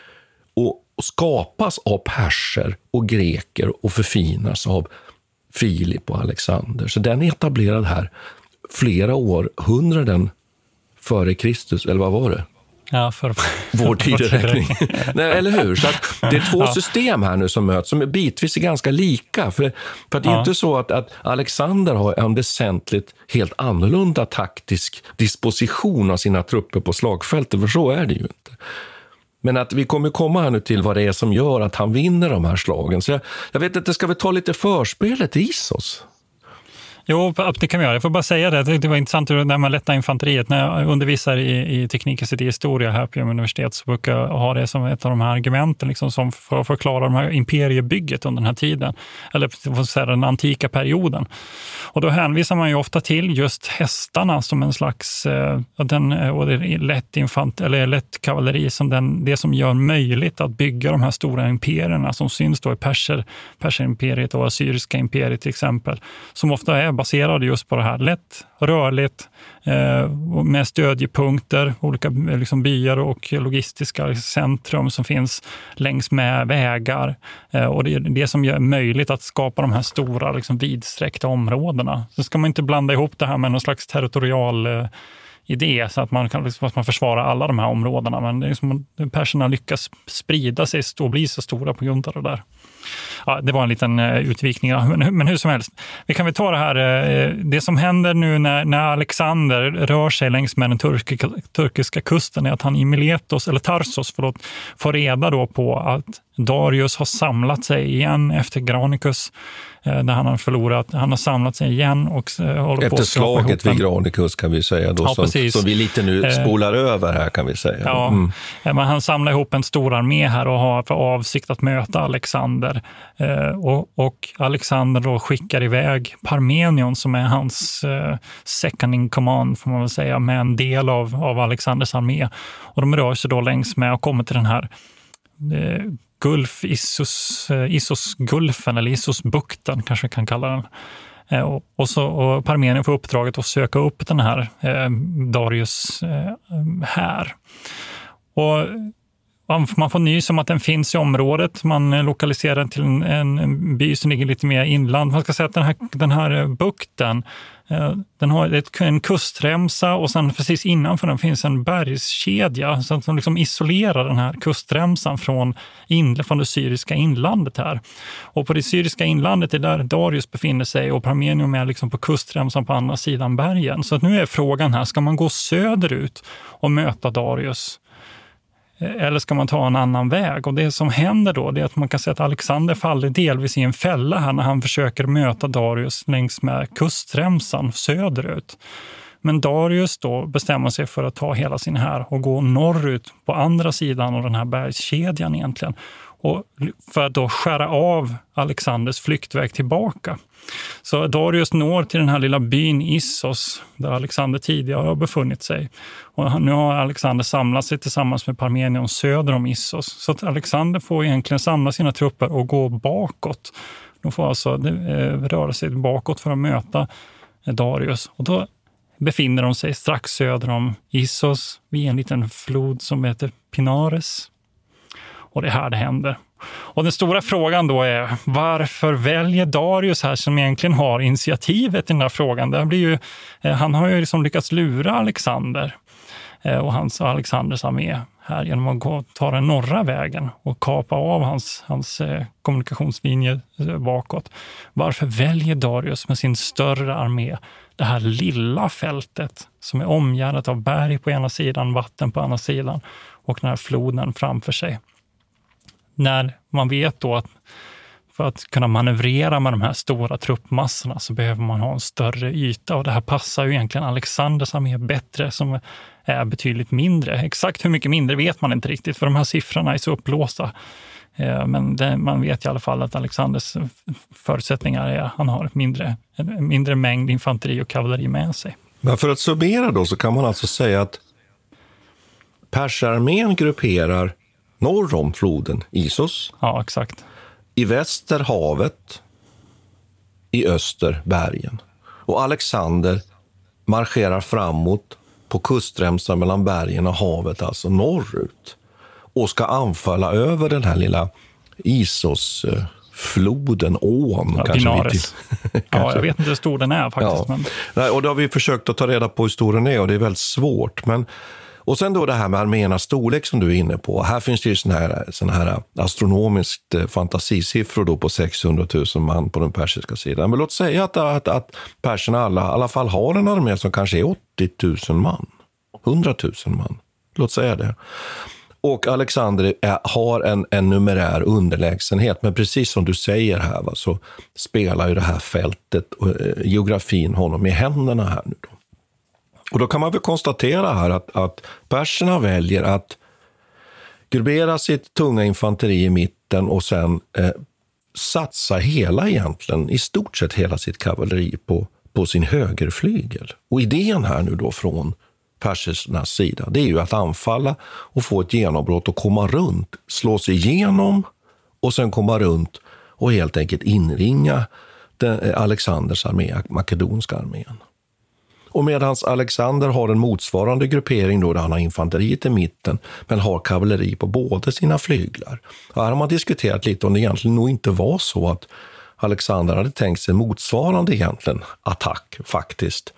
Speaker 4: och skapas av perser och greker och förfinas av Filip och Alexander. Så den är etablerad här flera århundraden före Kristus, eller vad var det?
Speaker 6: Ja, för
Speaker 4: vår tideräkning. Nej, eller hur? Så att det är två system här nu som möts, som bitvis är ganska lika. För att det är inte så att Alexander har en väsentligt helt annorlunda taktisk disposition av sina trupper på slagfältet, för så är det ju inte. Men att vi kommer komma här nu till vad det är som gör att han vinner de här slagen. Så jag vet inte, ska vi ta lite förspelet i Issos?
Speaker 6: Jo, det kan vi göra. Jag får bara säga det. Det var intressant när man lättar infanteriet. När jag undervisar i teknik och historia här på universitet så brukar jag ha det som ett av de här argumenten liksom, som för att förklara de här imperiebygget under den här tiden. Eller för att säga, den antika perioden. Och då hänvisar man ju ofta till just hästarna som en slags lätt kavalleri som det som gör möjligt att bygga de här stora imperierna som syns då i Persimperiet och Assyriska imperiet till exempel. Som ofta är baserade just på det här lätt, rörligt, med stödjepunkter, olika liksom, byar och logistiska centrum som finns längs med vägar. Och det är det som gör möjligt att skapa de här stora liksom, vidsträckta områdena. Så ska man inte blanda ihop det här med någon slags territorial idé så att man kan att man försvarar alla de här områdena. Men det är som att perserna lyckas sprida sig och bli så stora på grund av det där. Ja, det var en liten utvikning. Men hur som helst. Vi kan väl ta det här. Det som händer nu när Alexander rör sig längs med den turkiska kusten är att han i Miletos, eller Tarsos, får reda då på att Darius har samlat sig igen efter Granicus. Där han har förlorat. Han har samlat sig igen och håller
Speaker 4: efter
Speaker 6: på
Speaker 4: slaget vid Granicus kan vi säga då,
Speaker 6: ja,
Speaker 4: som vi lite nu spolar över här kan vi säga.
Speaker 6: Ja, men han samlar ihop en stor armé här och har för avsikt att möta Alexander Alexander. Och Alexander då skickar iväg Parmenion som är hans second in command får man väl säga, med en del av Alexanders armé. Och de rör sig då längs med och kommer till den här Issos-gulfen eller Issos-bukten kanske vi kan kalla den. Och Parmenion får uppdraget att söka upp den här Darius här. Och man får nys om att den finns i området. Man lokaliserar den till en by som ligger lite mer inland. Man ska säga att den här bukten, den har en kustremsa och sen precis innanför den finns en bergskedja som liksom isolerar den här kustremsan från det syriska inlandet här. Och på det syriska inlandet är där Darius befinner sig och Parmenion är liksom på kustremsan på andra sidan bergen. Så att nu är frågan här, ska man gå söderut och möta Darius? Eller ska man ta en annan väg? Och det som händer då är att man kan säga att Alexander faller delvis i en fälla här när han försöker möta Darius längs med kustremsan söderut. Men Darius då bestämmer sig för att ta hela sin här och gå norrut på andra sidan av den här bergskedjan egentligen. Och för att då skära av Alexanders flyktväg tillbaka. Så Darius når till den här lilla byn Issos där Alexander tidigare har befunnit sig. Och nu har Alexander samlat sig tillsammans med Parmenion söder om Issos. Så att Alexander får egentligen samla sina trupper och gå bakåt. De får alltså röra sig bakåt för att möta Darius. Och då befinner de sig strax söder om Issos vid en liten flod som heter Pinares. Och det är här det händer. Och den stora frågan då är, varför väljer Darius här som egentligen har initiativet i den här frågan? Det blir ju, han har ju liksom lyckats lura Alexander och Alexanders armé här genom att ta den norra vägen och kapa av hans kommunikationslinje bakåt. Varför väljer Darius med sin större armé det här lilla fältet som är omgärdat av berg på ena sidan, vatten på andra sidan och den här floden framför sig? När man vet då att för att kunna manövrera med de här stora truppmassorna så behöver man ha en större yta. Och det här passar ju egentligen Alexanders armé bättre som är betydligt mindre. Exakt hur mycket mindre vet man inte riktigt för de här siffrorna är så upplåsta. Men man vet i alla fall att Alexanders förutsättningar är att han har en mindre mängd infanteri och kavalleri med sig.
Speaker 4: Men för att summera då så kan man alltså säga att persarmén grupperar norr om floden Issos.
Speaker 6: Ja, exakt.
Speaker 4: I väster havet, i öster bergen. Och Alexander marscherar framåt på kustremsan mellan bergen och havet, alltså norrut. Och ska anfalla över den här lilla Issos-floden, ån.
Speaker 6: Ja, Pinares. Ja, jag vet inte hur stor den är faktiskt.
Speaker 4: Ja.
Speaker 6: Men...
Speaker 4: Nej, och det har vi försökt att ta reda på hur stor den är och det är väldigt svårt. Och sen då det här med arméernas storlek som du är inne på. Här finns det ju såna här astronomiskt fantasisiffror då på 600 000 man på den persiska sidan. Men låt säga att perserna i alla fall har en armé som kanske är 80 000 man. 100 000 man. Låt säga det. Och Alexander har en numerär underlägsenhet. Men precis som du säger här så spelar ju det här fältet och geografin honom i händerna här nu då. Och då kan man väl konstatera här att perserna väljer att gruppera sitt tunga infanteri i mitten och sen satsa i stort sett hela sitt kavalleri på sin högerflygel. Och idén här nu då från persernas sida, det är ju att anfalla och få ett genombrott och komma runt, slå sig igenom och sen komma runt och helt enkelt inringa Alexanders armé, makedonska armén. Och medan Alexander har en motsvarande gruppering då där han har infanteriet i mitten men har kavalleri på båda sina flyglar. Och här har man diskuterat lite om det egentligen nog inte var så att Alexander hade tänkt sig motsvarande egentligen attack faktiskt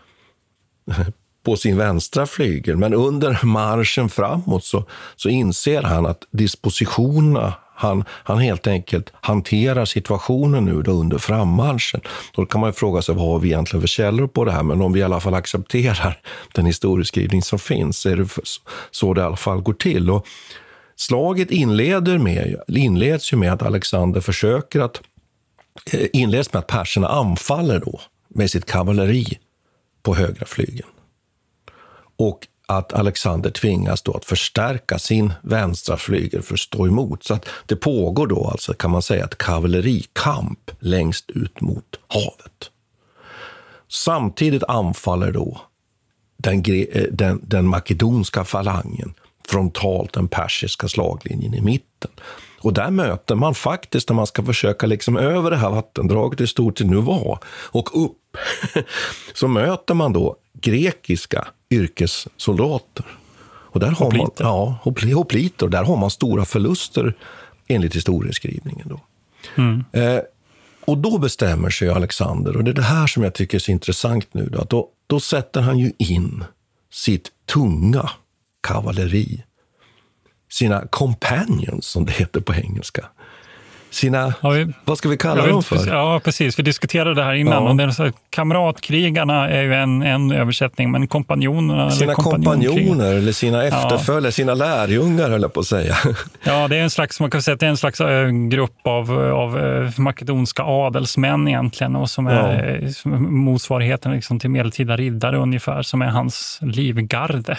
Speaker 4: på sin vänstra flygel. Men under marschen framåt så inser han att dispositionerna, han helt enkelt hanterar situationen nu då under frammarschen. Då kan man ju fråga sig vad har vi egentligen för källor på det här, men om vi i alla fall accepterar den historieskrivning som finns så är det så det i alla fall går till. Och slaget inleds ju med att Alexander inleds med att perserna anfaller då med sitt kavalleri på högra flygeln. Och att Alexander tvingas då att förstärka sin vänstra flygel för att stå emot. Så att det pågår då alltså, kan man säga, ett kavallerikamp längst ut mot havet. Samtidigt anfaller då den makedonska falangen frontalt den persiska slaglinjen i mitten. Och där möter man faktiskt, när man ska försöka liksom över det här vattendraget i stort sett nu var och upp, så möter man då grekiska yrkessoldater. Och där har man hopliter, och där har man stora förluster enligt historieskrivningen då. Och då bestämmer sig Alexander, och det är det här som jag tycker är så intressant nu då, att då sätter han ju in sitt tunga kavalleri, sina companions som det heter på engelska. Vad ska vi kalla dem för?
Speaker 6: Ja, precis. Vi diskuterade det här innan. Och det är så, kamratkrigarna är ju en översättning, men kompanjonerna...
Speaker 4: Sina kompanjoner eller sina efterföljare, sina lärjungar, höll jag på att säga.
Speaker 6: Ja, det är en slags, man kan säga att det är en slags grupp av makedonska adelsmän egentligen, och som är motsvarigheten liksom till medeltida riddare ungefär, som är hans livgarde.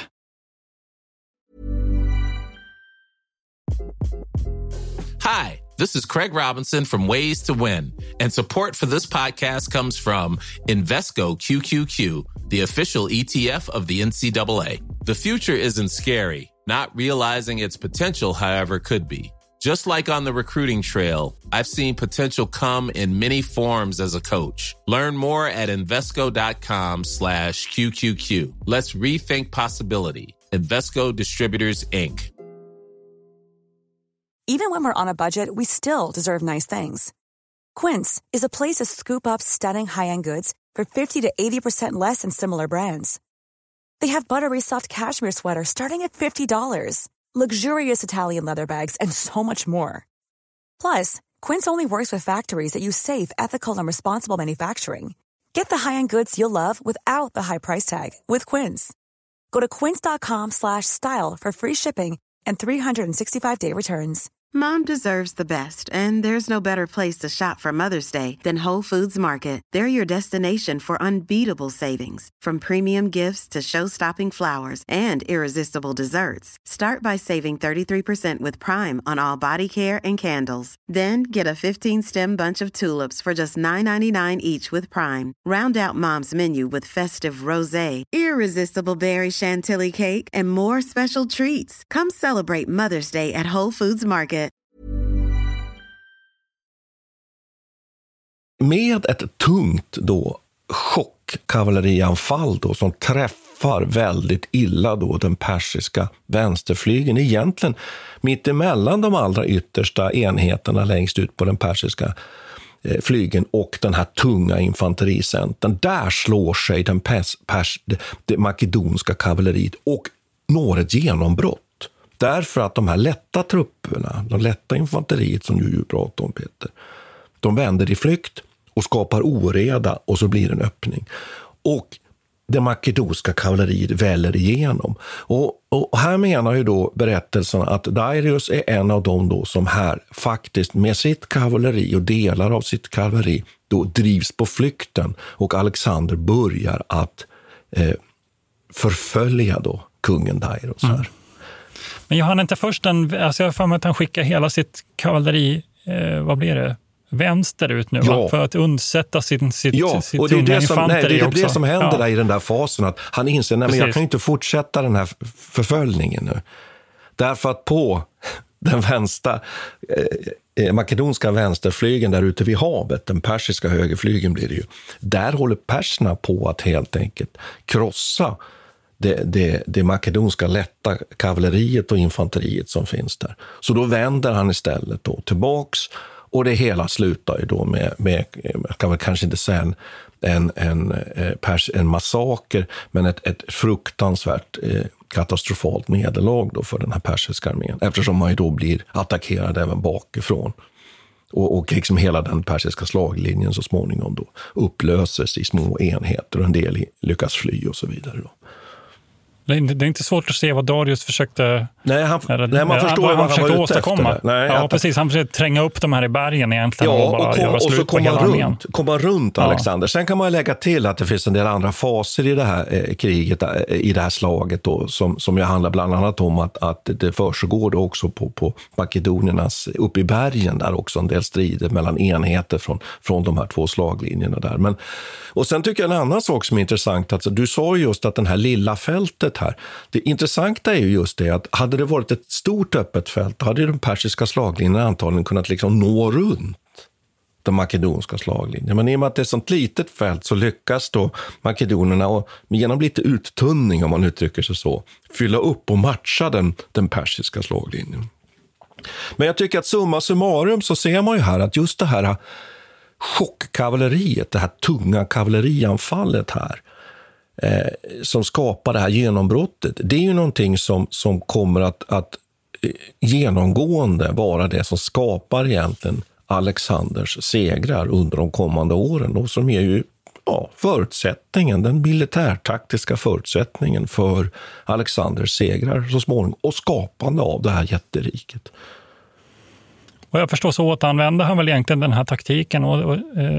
Speaker 15: Hi, this is Craig Robinson from Ways to Win, and support for this podcast comes from Invesco QQQ, the official ETF of the NCAA. The future isn't scary. Not realizing its potential, however, could be. Just like on the recruiting trail, I've seen potential come in many forms as a coach. Learn more at Invesco.com/QQQ. Let's rethink possibility. Invesco Distributors, Inc.
Speaker 13: Even when we're on a budget, we still deserve nice things. Quince is a place to scoop up stunning high-end goods for 50 to 80% less than similar brands. They have buttery soft cashmere sweaters starting at $50, luxurious Italian leather bags, and so much more. Plus, Quince only works with factories that use safe, ethical, and responsible manufacturing. Get the high-end goods you'll love without the high price tag with Quince. Go to quince.com/style for free shipping and 365-day returns.
Speaker 8: Mom deserves the best, and there's no better place to shop for Mother's Day than Whole Foods Market. They're your destination for unbeatable savings, from premium gifts to show-stopping flowers and irresistible desserts. Start by saving 33% with Prime on all body care and candles. Then get a 15-stem bunch of tulips for just $9.99 each with Prime. Round out Mom's menu with festive rosé, irresistible berry chantilly cake, and more special treats. Come celebrate Mother's Day at Whole Foods Market.
Speaker 4: Med ett tungt då chockkavallerianfall då, som träffar väldigt illa då den persiska vänsterflygen, egentligen mitt emellan de allra yttersta enheterna längst ut på den persiska flygen och den här tunga infantericentern. Där slår sig det makedonska kavalleriet och når ett genombrott. Därför att de här lätta trupperna, de lätta infanteriet som du pratar om, Peter, de vänder i flykt och skapar oreda, och så blir det en öppning. Och det makedonska kavalleriet väller igenom. Och här menar ju då berättelsen att Darius är en av dem då som här faktiskt med sitt kavalleri och delar av sitt kavalleri då drivs på flykten, och Alexander börjar att förfölja då kungen Darius här.
Speaker 6: Men jag hann inte först jag har för mig att han skickar hela sitt kavalleri, vad blir det? Vänsterut nu, för att undsätta sitt
Speaker 4: och det är det som händer där i den där fasen, att han inser att jag kan inte fortsätta den här förföljningen nu. Därför att på den vänstra makedonska vänsterflygen där ute vid havet, den persiska högerflygen blir det ju, där håller perserna på att helt enkelt krossa det makedonska lätta kavalleriet och infanteriet som finns där. Så då vänder han istället då tillbaks, och det hela slutar ju då med jag kan väl kanske inte säga en massaker, men ett fruktansvärt katastrofalt nederlag då för den här persiska armén, eftersom man ju då blir attackerad även bakifrån. Och liksom hela den persiska slaglinjen så småningom då upplöses i små enheter, och en del lyckas fly och så vidare då.
Speaker 6: Det är inte svårt att se vad Darius försökte...
Speaker 4: Nej, man förstår vad han
Speaker 6: försökte
Speaker 4: var
Speaker 6: åstadkomma. Precis. Han försökte tränga upp de här i bergen egentligen.
Speaker 4: Och så komma runt Alexander. Sen kan man lägga till att det finns en del andra faser i det här kriget, i det här slaget då, som ju handlar bland annat om att det försiggår då också på makedoniernas, uppe i bergen där också en del strider mellan enheter från de här två slaglinjerna där. Och sen tycker jag en annan sak som är intressant, alltså, du sa just att den här lilla fältet här, det intressanta är ju just det att hade det varit ett stort öppet fält, hade den persiska slaglinjen antagligen kunnat liksom nå runt den makedonska slaglinjen. Men i och med att det är ett sånt litet fält så lyckas då makedonerna och genom lite uttunning, om man uttrycker sig så, fylla upp och matcha den persiska slaglinjen. Men jag tycker att summa summarum så ser man ju här att just det här chockkavalleriet, det här tunga kavallerianfallet här, som skapar det här genombrottet, det är ju någonting som kommer att genomgående vara det som skapar egentligen Alexanders segrar under de kommande åren, och som är ju förutsättningen, den militärtaktiska förutsättningen för Alexanders segrar så småningom och skapande av det här jätteriket.
Speaker 6: Och jag förstår så återanvänder han väl egentligen den här taktiken och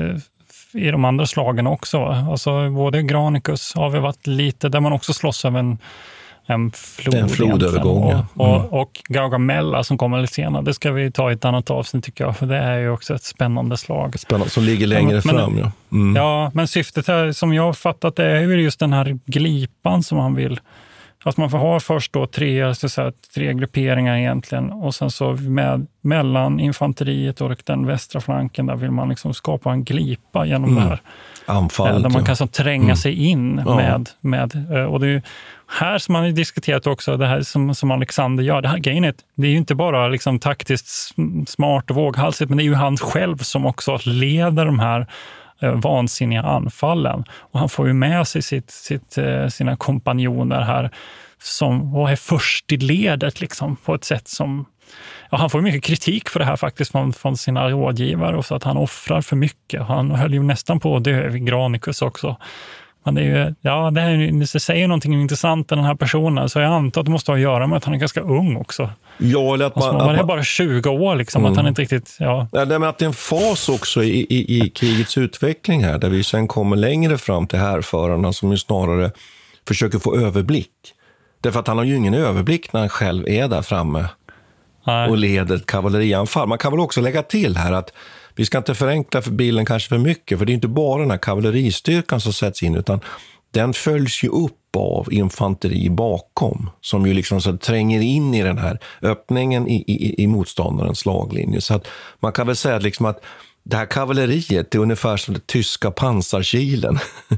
Speaker 6: i de andra slagen också. Alltså både Granicus har vi varit lite, där man också slåss över en
Speaker 4: flodövergång.
Speaker 6: Och Gaugamela som kommer lite senare. Det ska vi ta i ett annat avsnitt tycker jag, för det är ju också ett spännande slag.
Speaker 4: Spännande, som ligger längre fram. Ja.
Speaker 6: Ja, men syftet här, som jag har fattat det, är ju just den här glipan som han vill. Att man får ha först då tre grupperingar egentligen, och sen så mellan infanteriet och den västra flanken där vill man liksom skapa en glipa genom det här
Speaker 4: anfallet.
Speaker 6: Där man kan så tränga sig in med och det är ju här som man har diskuterat också, det här som Alexander gör. Det här grejen det är ju inte bara liksom taktiskt smart och våghalsigt, men det är ju han själv som också leder de här vansinniga anfallen. Och han får ju med sig sina kompanjoner här som är först i ledet liksom, på ett sätt som... Ja, han får mycket kritik för det här faktiskt från sina rådgivare, och så att han offrar för mycket. Han höll ju nästan på att dö vid Granicus också. Men det är ju, det säger någonting intressant i den här personen, så jag antar att det måste ha att göra med att han är ganska ung också.
Speaker 4: Ja, eller att
Speaker 6: man är bara 20 år liksom, att han inte riktigt... Ja,
Speaker 4: men att det är en fas också i krigets utveckling här, där vi sen kommer längre fram till härförarna som ju snarare försöker få överblick. Därför att han har ju ingen överblick när han själv är där framme och leder ett kavallerianfall. Man kan väl också lägga till här att vi ska inte förenkla för bilden kanske för mycket, för det är inte bara den här kavalleristyrkan som sätts in, utan den följs ju upp av infanteri bakom, som ju liksom så tränger in i den här öppningen i motståndarens slaglinje. Så att man kan väl säga liksom att det här kavalleriet är ungefär som det tyska pansarkilen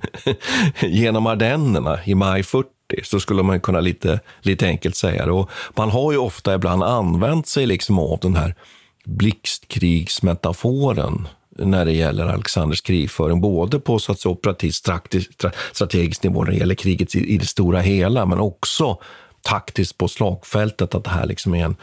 Speaker 4: genom Ardennerna i maj 40. Så skulle man kunna lite enkelt säga det. Och man har ju ofta ibland använt sig liksom av den här blixtkrigsmetaforen när det gäller Alexanders krigföring, både på så att säga operativt strategisk nivå när det gäller kriget i det stora hela, men också taktiskt på slagfältet, att det här liksom är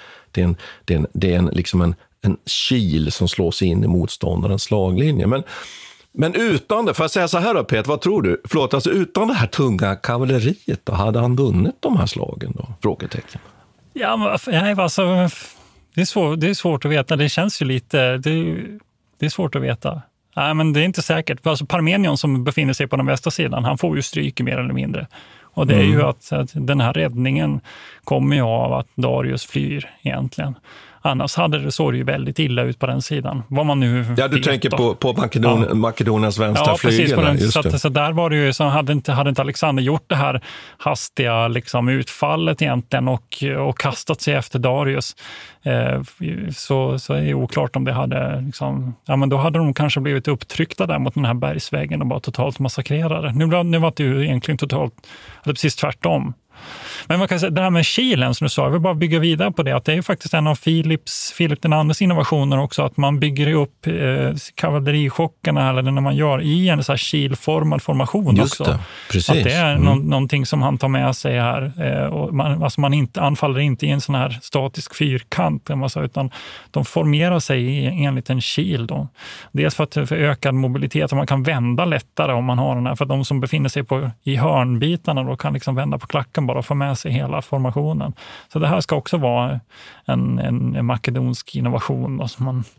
Speaker 4: en kil som slås in i motståndarens slaglinje. Men utan det, får jag säga så här då, Peter, vad tror du? Förlåt, alltså utan det här tunga kavalleriet då, hade han vunnit de här slagen då? Frågetecken.
Speaker 6: Ja, men alltså, det är svårt att veta. Det känns ju lite... Det är svårt att veta. Nej, men det är inte säkert. Alltså Parmenion som befinner sig på den västra sidan, han får ju stryk mer eller mindre. Och det är ju att den här räddningen kommer ju av att Darius flyr egentligen. Annars såg det ju väldigt illa ut på den sidan. Vad man nu
Speaker 4: du tänker på Makedoniens vänstra flygel.
Speaker 6: Precis. Så där var det ju, så hade inte Alexander gjort det här hastiga liksom, utfallet egentligen och kastat sig efter Darius, så är det oklart om det hade liksom, men då hade de kanske blivit upptryckta där mot den här bergsväggen och bara totalt massakrerade. Nu var det ju egentligen precis tvärtom. Men man kan säga, det här med kilen som du sa, jag vill bara bygga vidare på det, att det är ju faktiskt en av Filip den andres innovationer också, att man bygger upp kavallerichockarna eller när man gör i en så här kilformad formation. Just också. Det, precis. Att det är någonting som han tar med sig här. Och man anfaller inte i en sån här statisk fyrkant, utan de formerar sig i en liten kil då. Dels för ökad mobilitet, och man kan vända lättare om man har den här, för att de som befinner sig i hörnbitarna då kan liksom vända på klacken kan bara få med sig hela formationen. Så det här ska också vara en makedonsk innovation då, som man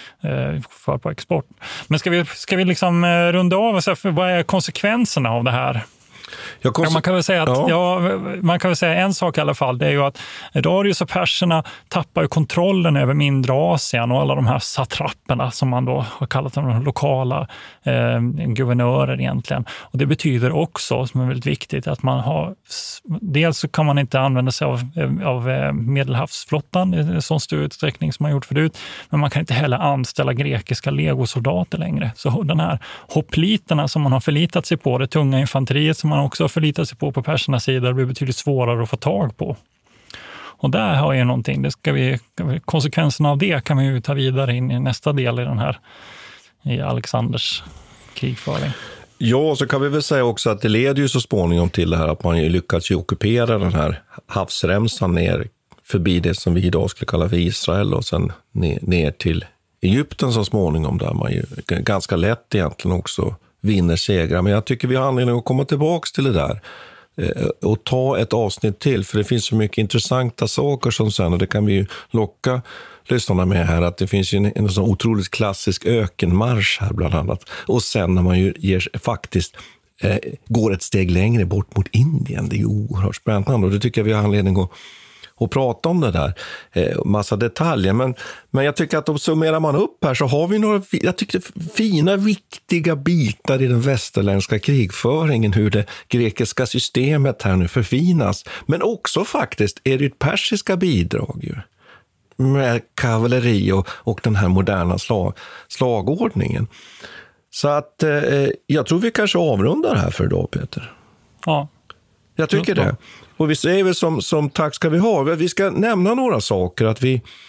Speaker 6: för på export. Men ska vi liksom runda av och säga, vad är konsekvenserna av det här? Man kan väl säga att man kan väl säga en sak i alla fall, det är ju att Darius och perserna tappar ju kontrollen över mindre Asien och alla de här satrapperna som man då har kallat de lokala guvernörer egentligen. Och det betyder också, som är väldigt viktigt, att man har, dels så kan man inte använda sig av Medelhavsflottan i sån stor utsträckning som man gjort förut, men man kan inte heller anställa grekiska legosoldater längre. Så den här hopliterna som man har förlitat sig på, det tunga infanteriet som man också förlitar sig på persernas sida, blir betydligt svårare att få tag på. Och där har ju någonting, konsekvenserna av det kan vi ju ta vidare in i nästa del i den här, i Alexanders krigföring.
Speaker 4: Ja, så kan vi väl säga också att det leder ju så småningom till det här att man lyckats ockupera den här havsremsan ner förbi det som vi idag skulle kalla för Israel och sen ner till Egypten så småningom, där man ju ganska lätt egentligen också vinner segrar. Men jag tycker vi har anledning att komma tillbaka till det där och ta ett avsnitt till, för det finns så mycket intressanta saker som sen, och det kan vi ju locka lyssnarna med här, att det finns ju en sån otroligt klassisk ökenmarsch här bland annat. Och sen när man ju faktiskt går ett steg längre bort mot Indien, det är ju oerhört spännande, och det tycker jag vi har anledning att prata om det där. Massa detaljer. Men jag tycker att om summerar man upp här så har vi några, jag tycker, fina, viktiga bitar i den västerländska krigföringen, hur det grekiska systemet här nu förfinas. Men också faktiskt är det ett persiska bidrag ju, med kavalleri och den här moderna slagordningen. Så att jag tror vi kanske avrundar här för idag, Peter.
Speaker 6: Ja.
Speaker 4: Jag tycker det. Och vi säger väl som tack ska vi ha. Vi ska nämna några saker. Att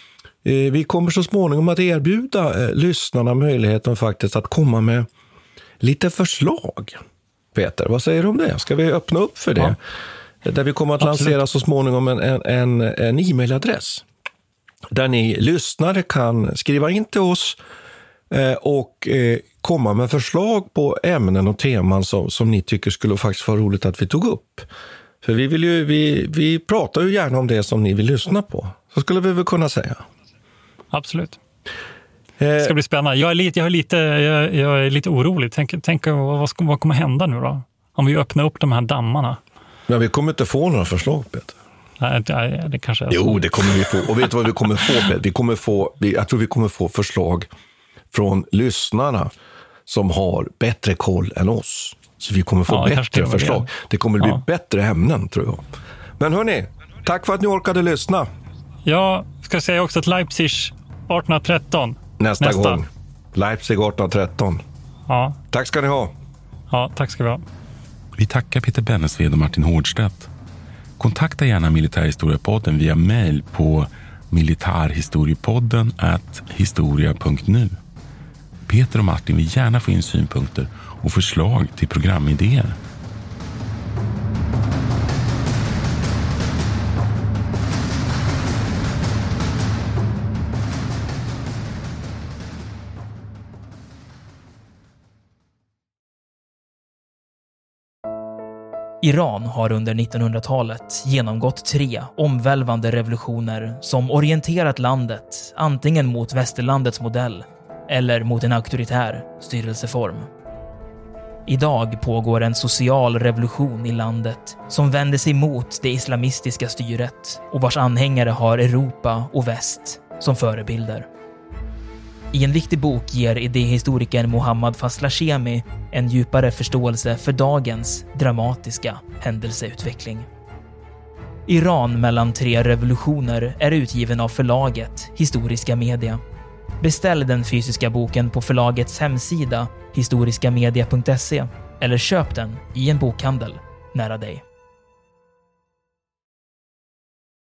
Speaker 4: vi kommer så småningom att erbjuda lyssnarna möjligheten faktiskt att komma med lite förslag. Peter, vad säger du om det? Ska vi öppna upp för det? Ja. Där vi kommer att lansera så småningom en e-mailadress. Där ni lyssnare kan skriva in till oss och komma med förslag på ämnen och teman som ni tycker skulle faktiskt vara roligt att vi tog upp. För vi pratar ju gärna om det som ni vill lyssna på. Så skulle vi väl kunna säga.
Speaker 6: Absolut. Det ska bli spännande. Jag är lite orolig. Tänk vad kommer hända nu då? Om vi öppnar upp de här dammarna.
Speaker 4: Ja, vi kommer inte få några förslag, Peter.
Speaker 6: Nej, det kanske är så.
Speaker 4: Jo, det kommer vi få. Och vet du vad vi kommer få, Peter? Jag tror vi kommer få förslag från lyssnarna som har bättre koll än oss. Så vi kommer få bättre förslag. Det kommer bli bättre ämnen, tror jag. Men hörni, tack för att ni orkade lyssna.
Speaker 6: Jag ska säga också att Leipzig 1813.
Speaker 4: Nästa gång. Leipzig 1813.
Speaker 6: Ja.
Speaker 4: Tack ska ni ha.
Speaker 6: Ja, tack ska vi ha.
Speaker 5: Vi tackar Peter Bennesved och Martin Hårdstedt. Kontakta gärna Militärhistoriepodden via mejl på militarhistoriepodden@historia.nu. Peter och Martin vill gärna få in synpunkter och förslag till programidéer.
Speaker 1: Iran har under 1900-talet genomgått 3 omvälvande revolutioner som orienterat landet antingen mot västerlandets modell eller mot en auktoritär styrelseform. Idag pågår en social revolution i landet som vänder sig mot det islamistiska styret och vars anhängare har Europa och väst som förebilder. I en viktig bok ger idéhistorikern Mohammad Faslashemi en djupare förståelse för dagens dramatiska händelseutveckling. Iran mellan 3 revolutioner är utgiven av förlaget Historiska Media. Beställ den fysiska boken på förlagets hemsida historiskamedia.se eller köp den i en bokhandel nära dig.